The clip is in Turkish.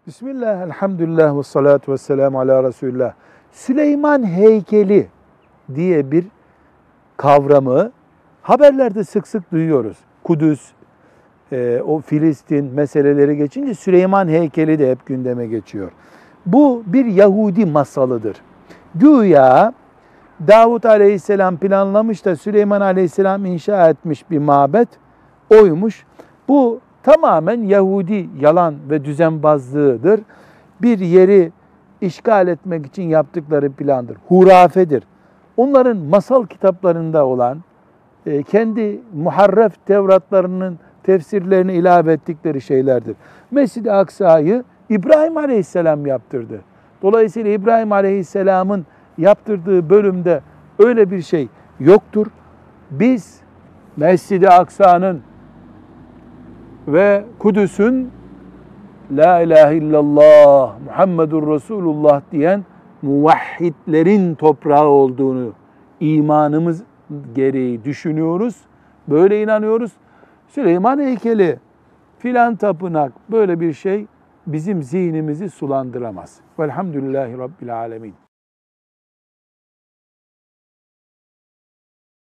Bismillah, elhamdülillah ve salatu ve selamu ala Resulullah. Süleyman heykeli diye bir kavramı haberlerde sık sık duyuyoruz. Kudüs, o Filistin meseleleri geçince Süleyman heykeli de hep gündeme geçiyor. Bu bir Yahudi masalıdır. Güya Davut Aleyhisselam planlamış da Süleyman Aleyhisselam inşa etmiş bir mabet oymuş. Bu tamamen Yahudi yalan ve düzenbazlığıdır. Bir yeri işgal etmek için yaptıkları plandır. Hurafedir. Onların masal kitaplarında olan, kendi muharref Tevratlarının tefsirlerini ilave ettikleri şeylerdir. Mescid-i Aksa'yı İbrahim Aleyhisselam yaptırdı. Dolayısıyla İbrahim Aleyhisselam'ın yaptırdığı bölümde öyle bir şey yoktur. Biz Mescid-i Aksa'nın ve Kudüs'ün La ilahe illallah Muhammedur Resulullah diyen muvahhidlerin toprağı olduğunu imanımız gereği düşünüyoruz. Böyle inanıyoruz. Süleyman heykeli, filan tapınak, böyle bir şey bizim zihnimizi sulandıramaz. Velhamdülillahi Rabbil alemin.